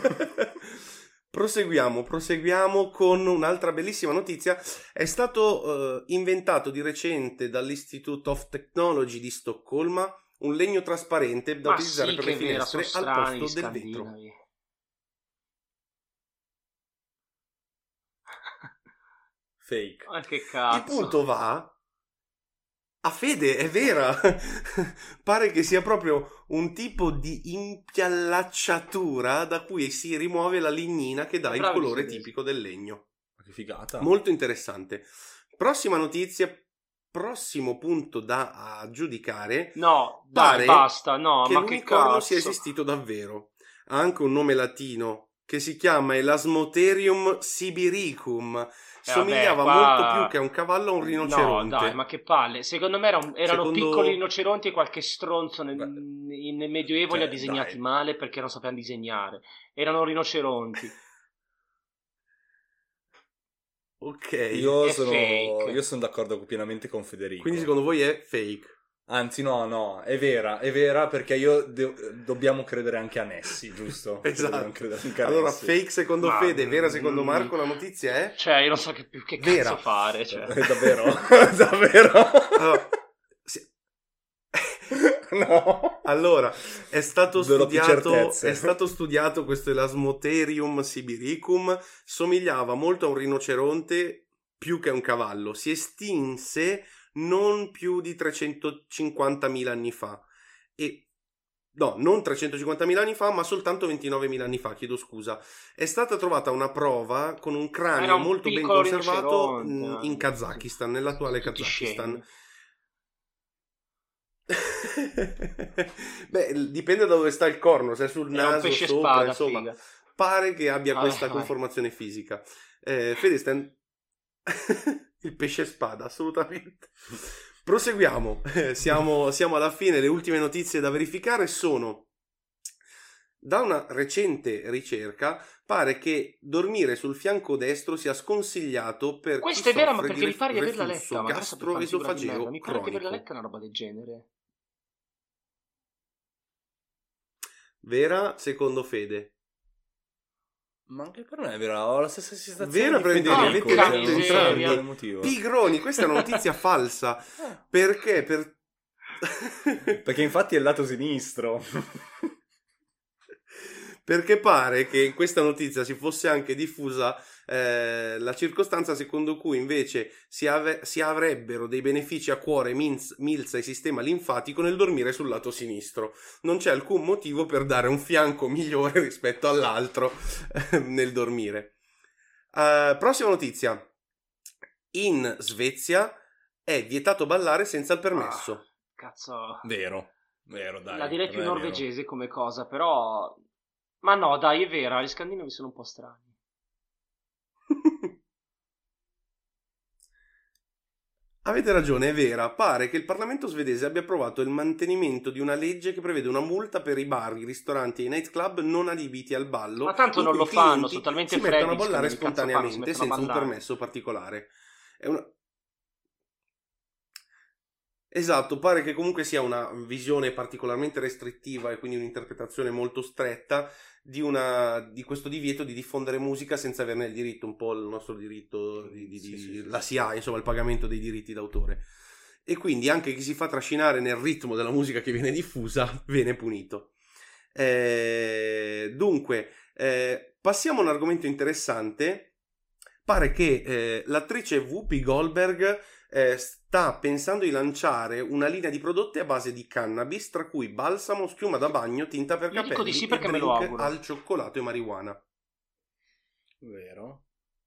Proseguiamo, proseguiamo con un'altra bellissima notizia. È stato eh, inventato di recente dall'Institute of Technology di Stoccolma un legno trasparente da Ma utilizzare sì, per che le è vera, sono finestre al strani gli posto del vetro. scandinavi. Fake. Ma che cazzo. Il punto va a Fede, è vera. Pare che sia proprio un tipo di impiallacciatura da cui si rimuove la lignina che dà il Bravi colore svedesi. tipico del legno. Ma che figata. Molto interessante. Prossima notizia, prossimo punto da a giudicare. No, Pare dai, basta, no, che ma che l'unicorno cazzo. sia esistito davvero. Ha anche un nome latino che si chiama Elasmotherium sibiricum. Somigliava vabbè, qua- molto più che a un cavallo a un rinoceronte. No, dai, ma che palle. Secondo me era un- erano Secondo- piccoli rinoceronti e qualche stronzo nel, Beh, nel Medioevo li cioè, ha disegnati dai. male perché non sapevano disegnare. Erano rinoceronti. Ok. Io È sono, fake. io sono d'accordo pienamente con Federico. Quindi secondo voi è fake? Anzi, no, no, è vera, è vera perché io de- dobbiamo credere anche a Nessi, giusto? Esatto. Dobbiamo credere anche a Allora, Nessi. fake secondo Ma- Fede, vera secondo mm. Marco, la notizia è? Cioè, io non so che più che Vera. cazzo fare. Cioè. Eh, davvero? davvero? Allora, sì. no. Allora, è stato Non ho più studiato, certezze. è stato studiato questo Elasmotherium sibiricum, somigliava molto a un rinoceronte più che a un cavallo. Si estinse non più di trecentocinquantamila anni fa. E no, non trecentocinquantamila anni fa, ma soltanto ventinovemila anni fa, chiedo scusa. È stata trovata una prova con un Era cranio un molto ben piccolo conservato rinoceronte, mh, in eh. Kazakistan, nell'attuale Tutti Kazakistan. scemi. Beh, dipende da dove sta il corno, se è sul Era un naso, pesce sopra, spada, insomma. figa. Pare che abbia Vai, questa vai. conformazione fisica. Eh, Fede, sta- il pesce spada, assolutamente. Proseguiamo, Eh, siamo, siamo alla fine. Le ultime notizie da verificare sono: da una recente ricerca pare che dormire sul fianco destro sia sconsigliato per Questa chi è vera, ma soffre perché di mi pare di averla reflusso letta. Ma adesso per fare una figura di merda. gastroesofageo Mi pare di averla cronico. letta una roba del genere. Vera secondo Fede? Ma anche per me è vera, ho la stessa sensazione Vera di per Federico, avete cioè, letto non so entrambi. per quale motivo. Pigroni, questa è una notizia falsa. Perché? Per... Perché infatti è il lato sinistro. Perché pare che in questa notizia si fosse anche diffusa eh, la circostanza secondo cui invece si, ave- si avrebbero dei benefici a cuore, mins- milza e sistema linfatico nel dormire sul lato sinistro. Non c'è alcun motivo per dare un fianco migliore rispetto all'altro eh, nel dormire. Uh, prossima notizia. In Svezia è vietato ballare senza il permesso. Ah, cazzo. Vero, vero, dai. La direi più non è norvegese come cosa, però... Ma no, dai, è vera, gli scandinavi sono un po' strani. Avete ragione, è vera. Pare che il Parlamento svedese abbia approvato il mantenimento di una legge che prevede una multa per i bar, i ristoranti e i nightclub non adibiti al ballo. Ma tanto in non cui lo i fanno, clienti sono talmente si mettono a freddi, ballare che cazzo fanno, si spontaneamente mettono a senza un ballare. permesso particolare. È una... Esatto, pare che comunque sia una visione particolarmente restrittiva e quindi un'interpretazione molto stretta di, una, di questo divieto di diffondere musica senza averne il diritto, un po' il nostro diritto, di, di, Sì, di, sì, sì, la sì. S I A, insomma il pagamento dei diritti d'autore. E quindi anche chi si fa trascinare nel ritmo della musica che viene diffusa viene punito. Eh, dunque, eh, passiamo a un argomento interessante. Pare che eh, l'attrice Whoopi Goldberg eh, sta pensando di lanciare una linea di prodotti a base di cannabis, tra cui balsamo, schiuma da bagno, tinta per Io dico capelli di sì e perché me lo drink auguro. al cioccolato e marijuana. Vero.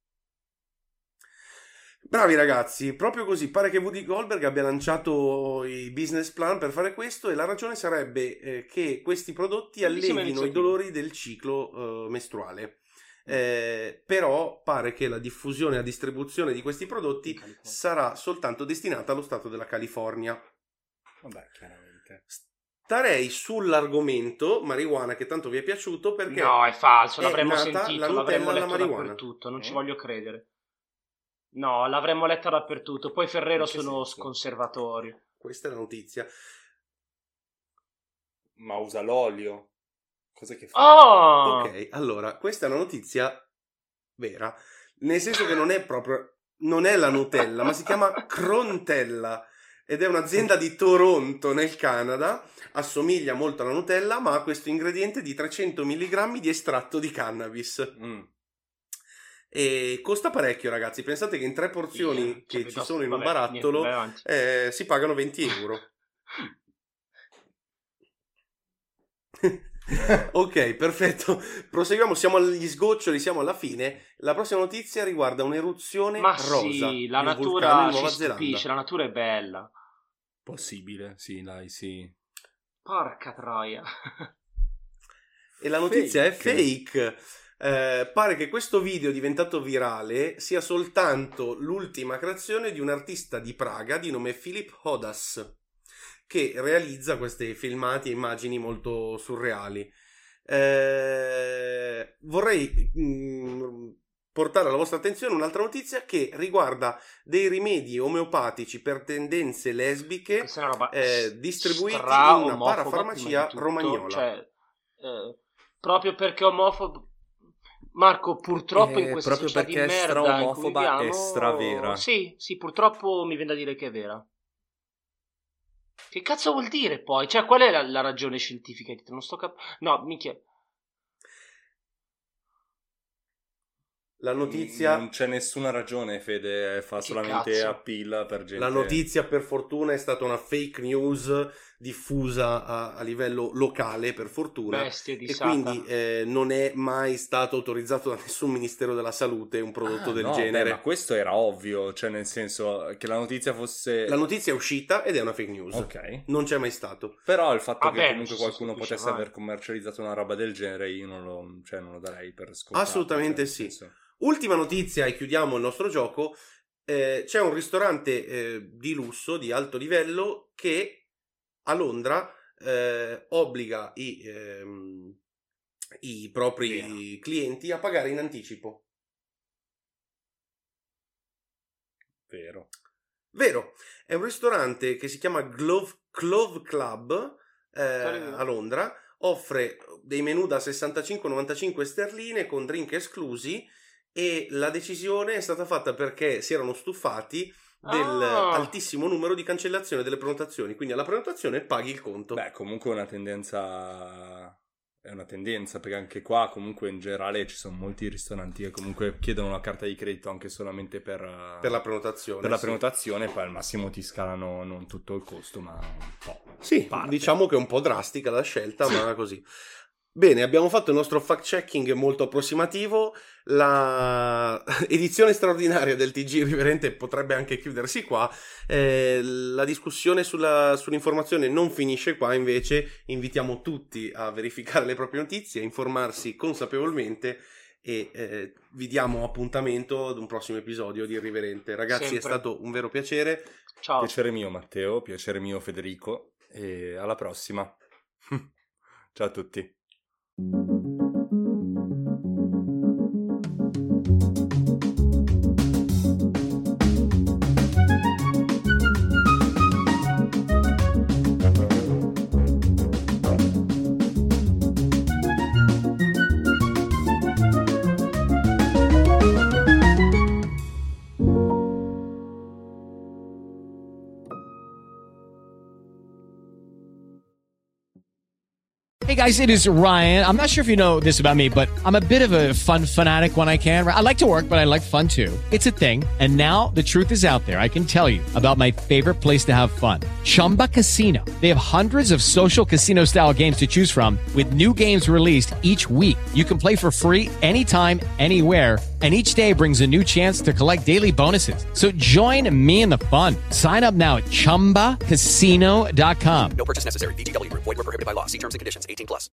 Bravi ragazzi, proprio così. Pare che Whoopi Goldberg abbia lanciato i business plan per fare questo e la ragione sarebbe eh, che questi prodotti Bellissima allevino i iniziativa. dolori del ciclo eh, mestruale. Eh, però pare che la diffusione e la distribuzione di questi In prodotti California. sarà soltanto destinata allo stato della California. Vabbè, chiaramente. Starei sull'argomento marijuana, che tanto vi è piaciuto, perché No, è falso, è l'avremmo nata sentito, la Nutella l'avremmo alla letto marijuana. dappertutto, non ci Eh? voglio credere. No, l'avremmo letta dappertutto, poi Ferrero In che sono senso? sconservatori. Questa è la notizia. Ma usa l'olio. Cosa che fa? Oh! Ok, allora, questa è una notizia vera, nel senso che non è proprio, non è la Nutella, ma si chiama Crontella ed è un'azienda di Toronto nel Canada, assomiglia molto alla Nutella, ma ha questo ingrediente di trecento milligrammi di estratto di cannabis. Mm. E costa parecchio, ragazzi. Pensate che in tre porzioni Sì, che cioè, ci piuttosto- sono in un vabbè, barattolo niente, vai avanti. eh, si pagano venti euro. Ok, perfetto. Proseguiamo, siamo agli sgoccioli, siamo alla fine. La prossima notizia riguarda un'eruzione Ma rosa sì, la di un vulcano natura in ci Nuova stupisce, Zelanda. la natura è bella. Possibile, sì, dai, sì. Porca troia. E la notizia è Fake. fake. Eh, pare che questo video diventato virale sia soltanto l'ultima creazione di un artista di Praga di nome Filip Hodas, che realizza questi filmati e immagini molto surreali. Eh, vorrei mh, portare alla vostra attenzione un'altra notizia che riguarda dei rimedi omeopatici per tendenze lesbiche Questa è una roba eh, distribuiti in stra una omofoba, parafarmacia prima di tutto. romagnola. Cioè, eh, proprio perché omofobo, Marco, purtroppo in Eh, questa proprio società di perché è merda in cui stra-omofoba viviamo, è stravera. sì, sì, purtroppo mi viene da dire che è vera. Che cazzo vuol dire poi? Cioè, qual è la, la ragione scientifica? Non sto cap- No, minchia. La notizia, Non c'è nessuna ragione, Fede, fa Che solamente cazzo? appeal per gente. la notizia per fortuna è stata una fake news diffusa a, a livello locale, per fortuna. Bestie di E Satana. quindi eh, non è mai stato autorizzato da nessun ministero della salute un prodotto Ah, del no, genere. beh, ma questo era ovvio, cioè nel senso che la notizia fosse... La notizia è uscita ed è una fake news. Ok. Non c'è mai stato. Però il fatto Vabbè, che non comunque si qualcuno sostituisce potesse mai. aver commercializzato una roba del genere, io non lo, cioè, non lo darei per scontato. Assolutamente cioè, nel sì. senso- Ultima notizia e chiudiamo il nostro gioco. Eh, c'è un ristorante eh, di lusso, di alto livello, che a Londra eh, obbliga i, ehm, i propri Vero. clienti a pagare in anticipo. Vero. Vero, è un ristorante che si chiama Glove, Clove Club eh, Carino. a Londra, offre dei menù da sessantacinque novantacinque sterline con drink esclusi e la decisione è stata fatta perché si erano stufati del Ah. altissimo numero di cancellazione delle prenotazioni, quindi alla prenotazione paghi il conto. Beh, comunque una tendenza è una tendenza, perché anche qua comunque in generale ci sono molti ristoranti che comunque chiedono una carta di credito anche solamente per, per la prenotazione. Per la sì. prenotazione, poi al massimo ti scalano non tutto il costo, ma un po'. Sì, parte. Diciamo che è un po' drastica la scelta, sì. ma così. Bene, abbiamo fatto il nostro fact-checking molto approssimativo. La edizione straordinaria del T G Irriverente potrebbe anche chiudersi qua. Eh, la discussione sulla, sull'informazione non finisce qua, invece invitiamo tutti a verificare le proprie notizie, a informarsi consapevolmente e eh, vi diamo appuntamento ad un prossimo episodio di Irriverente. Ragazzi, Sempre. È stato un vero piacere. Ciao. Piacere mio Matteo, piacere mio Federico e alla prossima. Ciao a tutti. Hey guys, it is Ryan. I'm not sure if you know this about me, but I'm a bit of a fun fanatic when I can. I like to work, but I like fun too. It's a thing. And now the truth is out there. I can tell you about my favorite place to have fun. Chumba Casino. They have hundreds of social casino style games to choose from with new games released each week. You can play for free anytime, anywhere. And each day brings a new chance to collect daily bonuses. So join me in the fun. Sign up now at chumba casino dot com. No purchase necessary. V G W Group. Void where prohibited by law. See terms and conditions. eighteen plus.